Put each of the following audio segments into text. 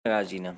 Gallina.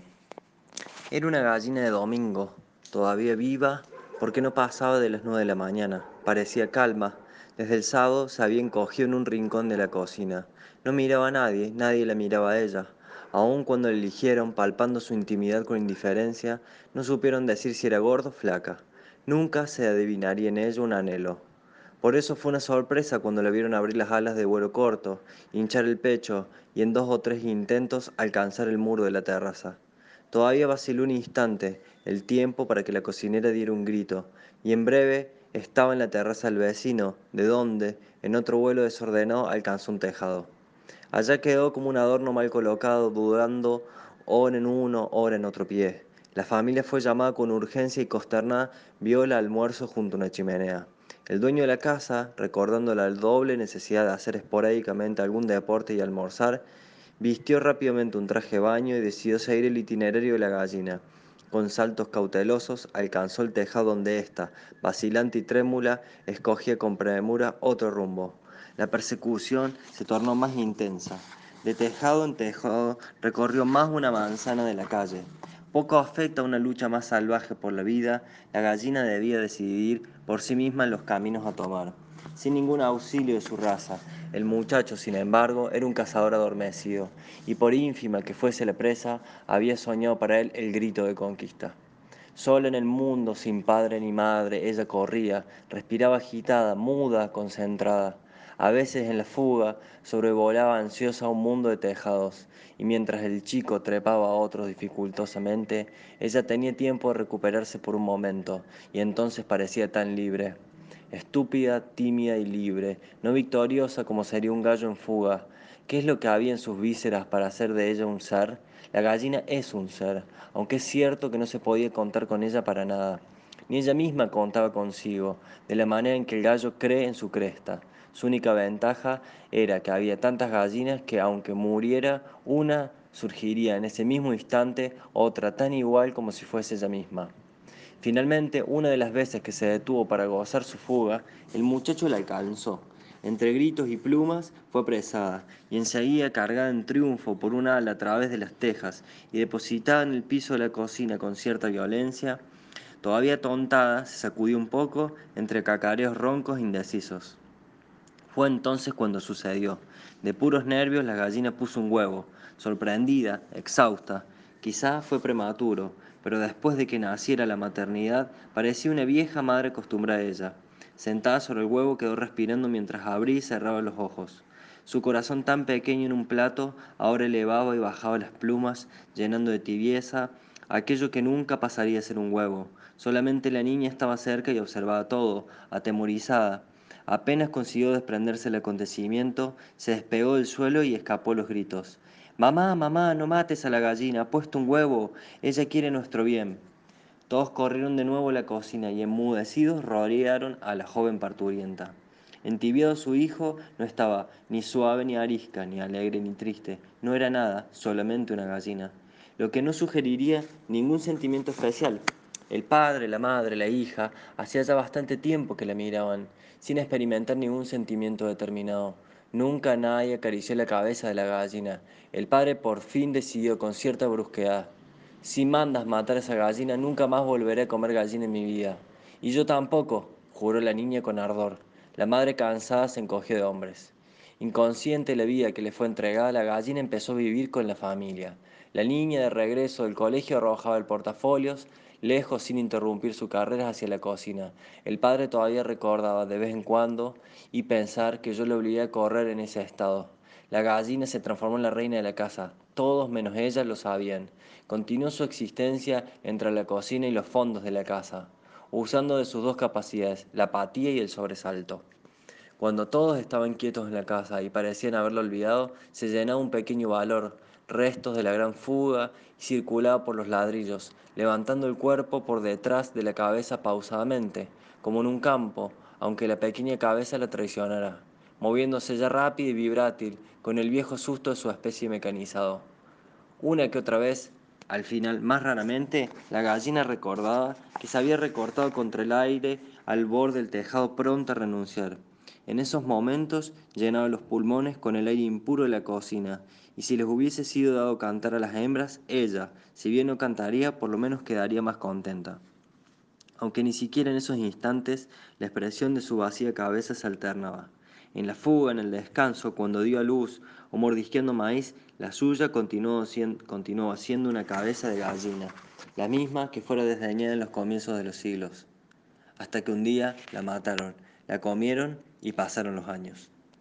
Era una gallina de domingo, todavía viva, porque no pasaba de las 9 de la mañana. Parecía calma. Desde el sábado se había encogido en un rincón de la cocina. No miraba a nadie, nadie la miraba a ella. Aun cuando la eligieron, palpando su intimidad con indiferencia, no supieron decir si era gorda o flaca. Nunca se adivinaría en ella un anhelo. Por eso fue una sorpresa cuando la vieron abrir las alas de vuelo corto, hinchar el pecho y en 2 o 3 intentos alcanzar el muro de la terraza. Todavía vaciló un instante, el tiempo para que la cocinera diera un grito, y en breve estaba en la terraza del vecino, de donde, en otro vuelo desordenado, alcanzó un tejado. Allá quedó como un adorno mal colocado, dudando ora en uno, ora en otro pie. La familia fue llamada con urgencia y consternada vio el almuerzo junto a una chimenea. El dueño de la casa, recordando la doble necesidad de hacer esporádicamente algún deporte y almorzar, vistió rápidamente un traje de baño y decidió seguir el itinerario de la gallina. Con saltos cautelosos alcanzó el tejado donde ésta, vacilante y trémula, escogía con premura otro rumbo. La persecución se tornó más intensa. De tejado en tejado recorrió más una manzana de la calle. Poco afecta a una lucha más salvaje por la vida, la gallina debía decidir por sí misma los caminos a tomar, sin ningún auxilio de su raza. El muchacho, sin embargo, era un cazador adormecido, y por ínfima que fuese la presa, había soñado para él el grito de conquista. Sola en el mundo, sin padre ni madre, ella corría, respiraba agitada, muda, concentrada. A veces en la fuga sobrevolaba ansiosa un mundo de tejados, y mientras el chico trepaba a otros dificultosamente, ella tenía tiempo de recuperarse por un momento, y entonces parecía tan libre. Estúpida, tímida y libre, no victoriosa como sería un gallo en fuga. ¿Qué es lo que había en sus vísceras para hacer de ella un ser? La gallina es un ser, aunque es cierto que no se podía contar con ella para nada. Ni ella misma contaba consigo, de la manera en que el gallo cree en su cresta. Su única ventaja era que había tantas gallinas que aunque muriera una, surgiría en ese mismo instante otra tan igual como si fuese ella misma. Finalmente, una de las veces que se detuvo para gozar su fuga, el muchacho la alcanzó. Entre gritos y plumas fue apresada y enseguida cargada en triunfo por un ala a través de las tejas y depositada en el piso de la cocina con cierta violencia. Todavía tontada, se sacudió un poco entre cacareos roncos e indecisos. Fue entonces cuando sucedió. De puros nervios la gallina puso un huevo, sorprendida, exhausta. Quizá fue prematuro, pero después de que naciera la maternidad, parecía una vieja madre acostumbrada a ella. Sentada sobre el huevo quedó respirando mientras abría y cerraba los ojos. Su corazón tan pequeño en un plato ahora elevaba y bajaba las plumas, llenando de tibieza aquello que nunca pasaría a ser un huevo. Solamente la niña estaba cerca y observaba todo, atemorizada. Apenas consiguió desprenderse del acontecimiento, se despegó del suelo y escapó a los gritos. Mamá, mamá, no mates a la gallina, ha puesto un huevo, ella quiere nuestro bien. Todos corrieron de nuevo a la cocina y enmudecidos rodearon a la joven parturienta. Entibiado su hijo no estaba ni suave ni arisca, ni alegre ni triste, no era nada, solamente una gallina, lo que no sugeriría ningún sentimiento especial. El padre, la madre, la hija, hacía ya bastante tiempo que la miraban, sin experimentar ningún sentimiento determinado. Nunca nadie acarició la cabeza de la gallina. El padre por fin decidió con cierta brusquedad: si mandas matar a esa gallina, nunca más volveré a comer gallina en mi vida. Y yo tampoco, juró la niña con ardor. La madre cansada se encogió de hombres. Inconsciente de la vida que le fue entregada, la gallina empezó a vivir con la familia. La niña de regreso del colegio arrojaba el portafolios, lejos sin interrumpir su carrera hacia la cocina. El padre todavía recordaba de vez en cuando y pensar que yo le obligué a correr en ese estado. La gallina se transformó en la reina de la casa. Todos menos ella lo sabían. Continuó su existencia entre la cocina y los fondos de la casa, usando de sus dos capacidades, la apatía y el sobresalto. Cuando todos estaban quietos en la casa y parecían haberlo olvidado, se llenaba un pequeño valor, restos de la gran fuga, y circulaba por los ladrillos, levantando el cuerpo por detrás de la cabeza pausadamente, como en un campo, aunque la pequeña cabeza la traicionara, moviéndose ya rápida y vibrátil, con el viejo susto de su especie mecanizado. Una que otra vez, al final, más raramente, la gallina recordaba que se había recortado contra el aire al borde del tejado pronta a renunciar. En esos momentos llenaba los pulmones con el aire impuro de la cocina, y si les hubiese sido dado cantar a las hembras, ella, si bien no cantaría, por lo menos quedaría más contenta. Aunque ni siquiera en esos instantes la expresión de su vacía cabeza se alternaba. En la fuga, en el descanso, cuando dio a luz o mordisqueando maíz, la suya continuó siendo una cabeza de gallina, la misma que fuera desdeñada en los comienzos de los siglos, hasta que un día la mataron, la comieron y pasaron los años.